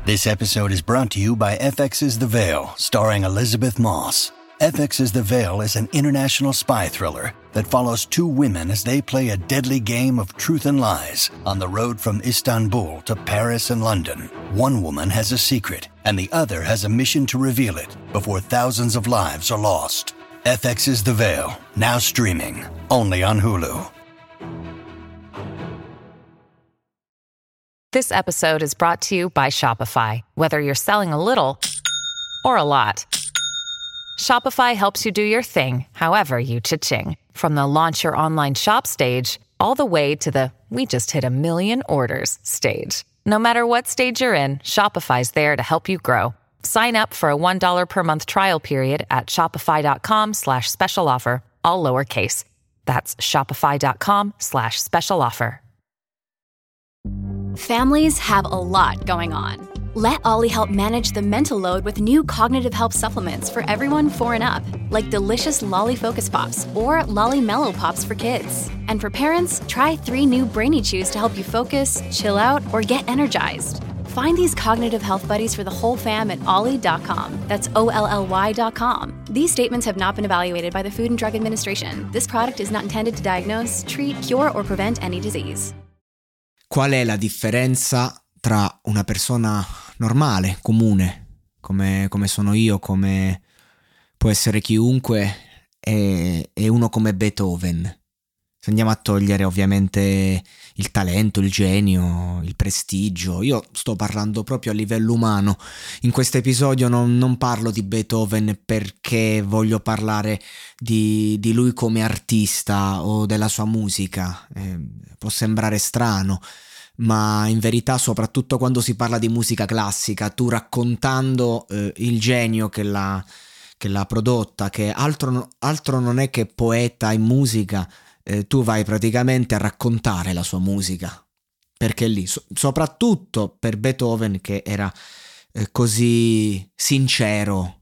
This episode is brought to you by FX's The Veil, starring Elizabeth Moss. FX's The Veil is an international spy thriller that follows two women as they play a deadly game of truth and lies on the road from Istanbul to Paris and London. One woman has a secret, and the other has a mission to reveal it before thousands of lives are lost. FX's The Veil, now streaming, only on Hulu. This episode is brought to you by Shopify. Whether you're selling a little or a lot, Shopify helps you do your thing, however you cha-ching. From the launch your online shop stage, all the way to the we just hit 1 million orders stage. No matter what stage you're in, Shopify's there to help you grow. Sign up for a $1 per month trial period at shopify.com/special offer, all lowercase. That's shopify.com/special offer. Families have a lot going on. Let Ollie help manage the mental load with new cognitive help supplements for everyone 4 and up, like delicious Lolly Focus Pops or Lolly Mellow Pops for kids. And for parents, try 3 new Brainy Chews to help you focus, chill out, or get energized. Find these cognitive health buddies for the whole fam at ollie.com. That's OLLY.com. These statements have not been evaluated by the Food and Drug Administration. This product is not intended to diagnose, treat, cure, or prevent any disease. Qual è la differenza tra una persona normale, comune, come sono io, come può essere chiunque, e uno come Beethoven? Se andiamo a togliere ovviamente il talento, il genio, il prestigio, io sto parlando proprio a livello umano. In questo episodio non parlo di Beethoven perché voglio parlare di lui come artista o della sua musica. Può sembrare strano, ma in verità, soprattutto quando si parla di musica classica, tu raccontando il genio che l'ha prodotta, che altro non è che poeta in musica, tu vai praticamente a raccontare la sua musica, perché lì, soprattutto per Beethoven, che era così sincero,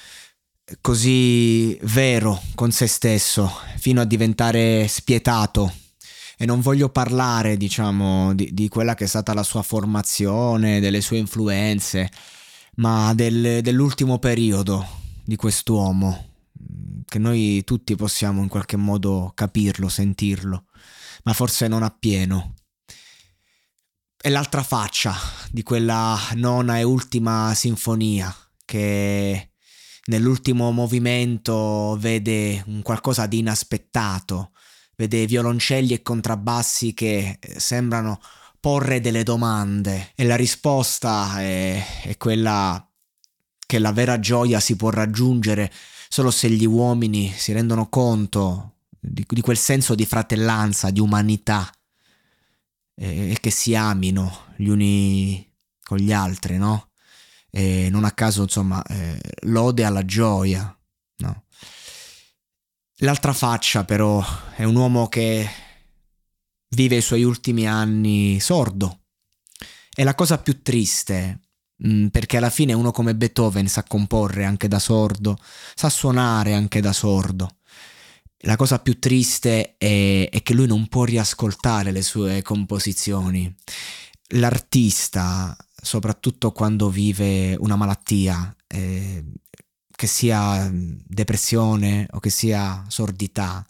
così vero con se stesso, fino a diventare spietato. E non voglio parlare, diciamo, di quella che è stata la sua formazione, delle sue influenze, ma dell'ultimo periodo di quest'uomo, che noi tutti possiamo in qualche modo capirlo, sentirlo, ma forse non appieno. È l'altra faccia di quella nona e ultima sinfonia, che nell'ultimo movimento vede un qualcosa di inaspettato, vede violoncelli e contrabbassi che sembrano porre delle domande, e la risposta è quella che la vera gioia si può raggiungere solo se gli uomini si rendono conto di quel senso di fratellanza, di umanità, e che si amino gli uni con gli altri, no? E non a caso, insomma, lode alla gioia, no? L'altra faccia però è un uomo che vive i suoi ultimi anni sordo. È la cosa più triste, perché alla fine uno come Beethoven sa comporre anche da sordo, sa suonare anche da sordo. La cosa più triste è che lui non può riascoltare le sue composizioni. L'artista, soprattutto quando vive una malattia, che sia depressione o che sia sordità,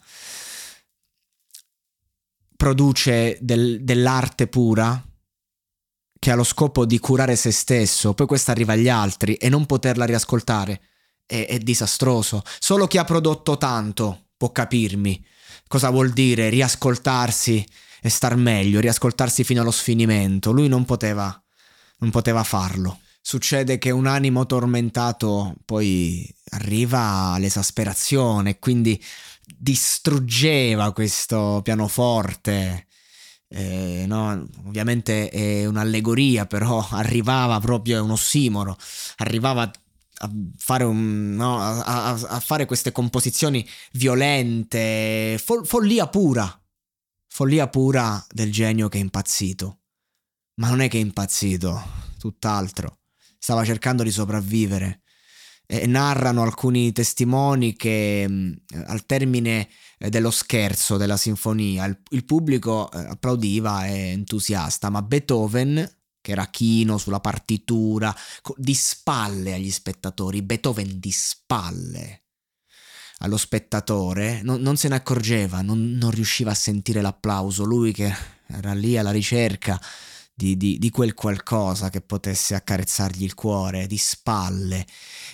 produce dell'arte pura che ha lo scopo di curare se stesso, poi questa arriva agli altri e non poterla riascoltare è disastroso. Solo chi ha prodotto tanto può capirmi cosa vuol dire riascoltarsi e star meglio, riascoltarsi fino allo sfinimento. Lui non poteva farlo. Succede che un animo tormentato poi arriva all'esasperazione e quindi distruggeva questo pianoforte. No, ovviamente è un'allegoria, però arrivava proprio, è un ossimoro, arrivava a fare a fare queste composizioni violente, follia pura del genio che è impazzito. Ma non è che è impazzito, tutt'altro. Stava cercando di sopravvivere. E narrano alcuni testimoni che al termine dello scherzo della sinfonia il pubblico applaudiva e entusiasta, ma Beethoven che era chino sulla partitura, di spalle agli spettatori, Beethoven di spalle allo spettatore, non se ne accorgeva, non riusciva a sentire l'applauso, lui che era lì alla ricerca di quel qualcosa che potesse accarezzargli il cuore, di spalle,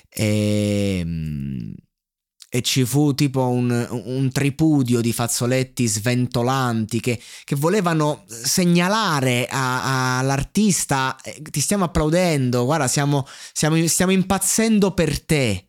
e ci fu tipo un tripudio di fazzoletti sventolanti che volevano segnalare all'artista: ti stiamo applaudendo, guarda, stiamo impazzendo per te.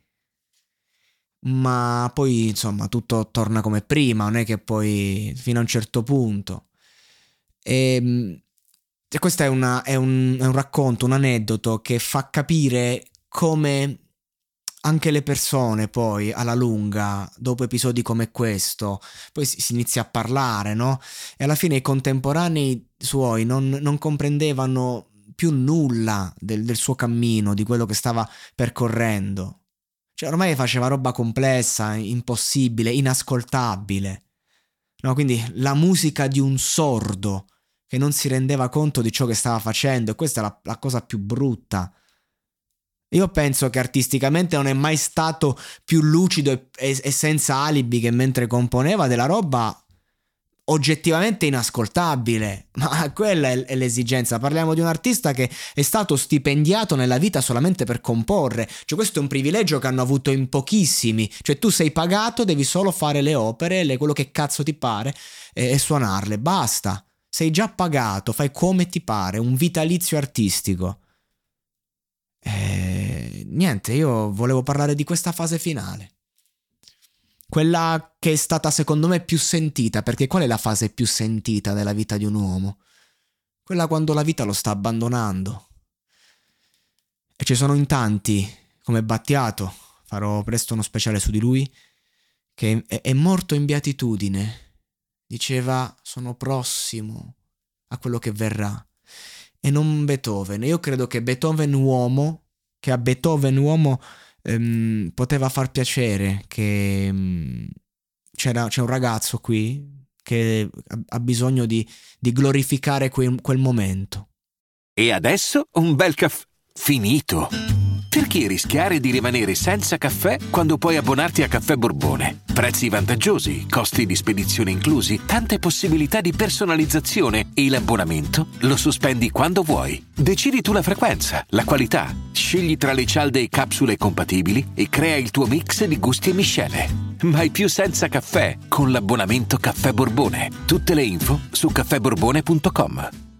Ma poi insomma tutto torna come prima, non è che poi fino a un certo punto. E questo è un racconto, un aneddoto che fa capire come anche le persone poi alla lunga, dopo episodi come questo, poi si inizia a parlare, no? E alla fine i contemporanei suoi non comprendevano più nulla del suo cammino, di quello che stava percorrendo. Cioè ormai faceva roba complessa, impossibile, inascoltabile, no? Quindi la musica di un sordo che non si rendeva conto di ciò che stava facendo, e questa è la cosa più brutta. Io penso che artisticamente non è mai stato più lucido e senza alibi che mentre componeva della roba oggettivamente inascoltabile, ma quella è l'esigenza. Parliamo di un artista che è stato stipendiato nella vita solamente per comporre, cioè questo è un privilegio che hanno avuto in pochissimi, cioè tu sei pagato, devi solo fare le opere, quello che cazzo ti pare e suonarle, basta, sei già pagato, fai come ti pare, un vitalizio artistico. Niente, io volevo parlare di questa fase finale, quella che è stata secondo me più sentita, perché qual è la fase più sentita della vita di un uomo? Quella quando la vita lo sta abbandonando. E ci sono in tanti, come Battiato, farò presto uno speciale su di lui, che è morto in beatitudine. Diceva: sono prossimo a quello che verrà. E non Beethoven. Io credo che Beethoven uomo, che a Beethoven uomo poteva far piacere che c'è un ragazzo qui che ha bisogno di glorificare quel momento. E adesso un bel caffè finito. Perché rischiare di rimanere senza caffè quando puoi abbonarti a Caffè Borbone? Prezzi vantaggiosi, costi di spedizione inclusi, tante possibilità di personalizzazione e l'abbonamento lo sospendi quando vuoi. Decidi tu la frequenza, la qualità, scegli tra le cialde e capsule compatibili e crea il tuo mix di gusti e miscele. Mai più senza caffè con l'abbonamento Caffè Borbone. Tutte le info su caffèborbone.com.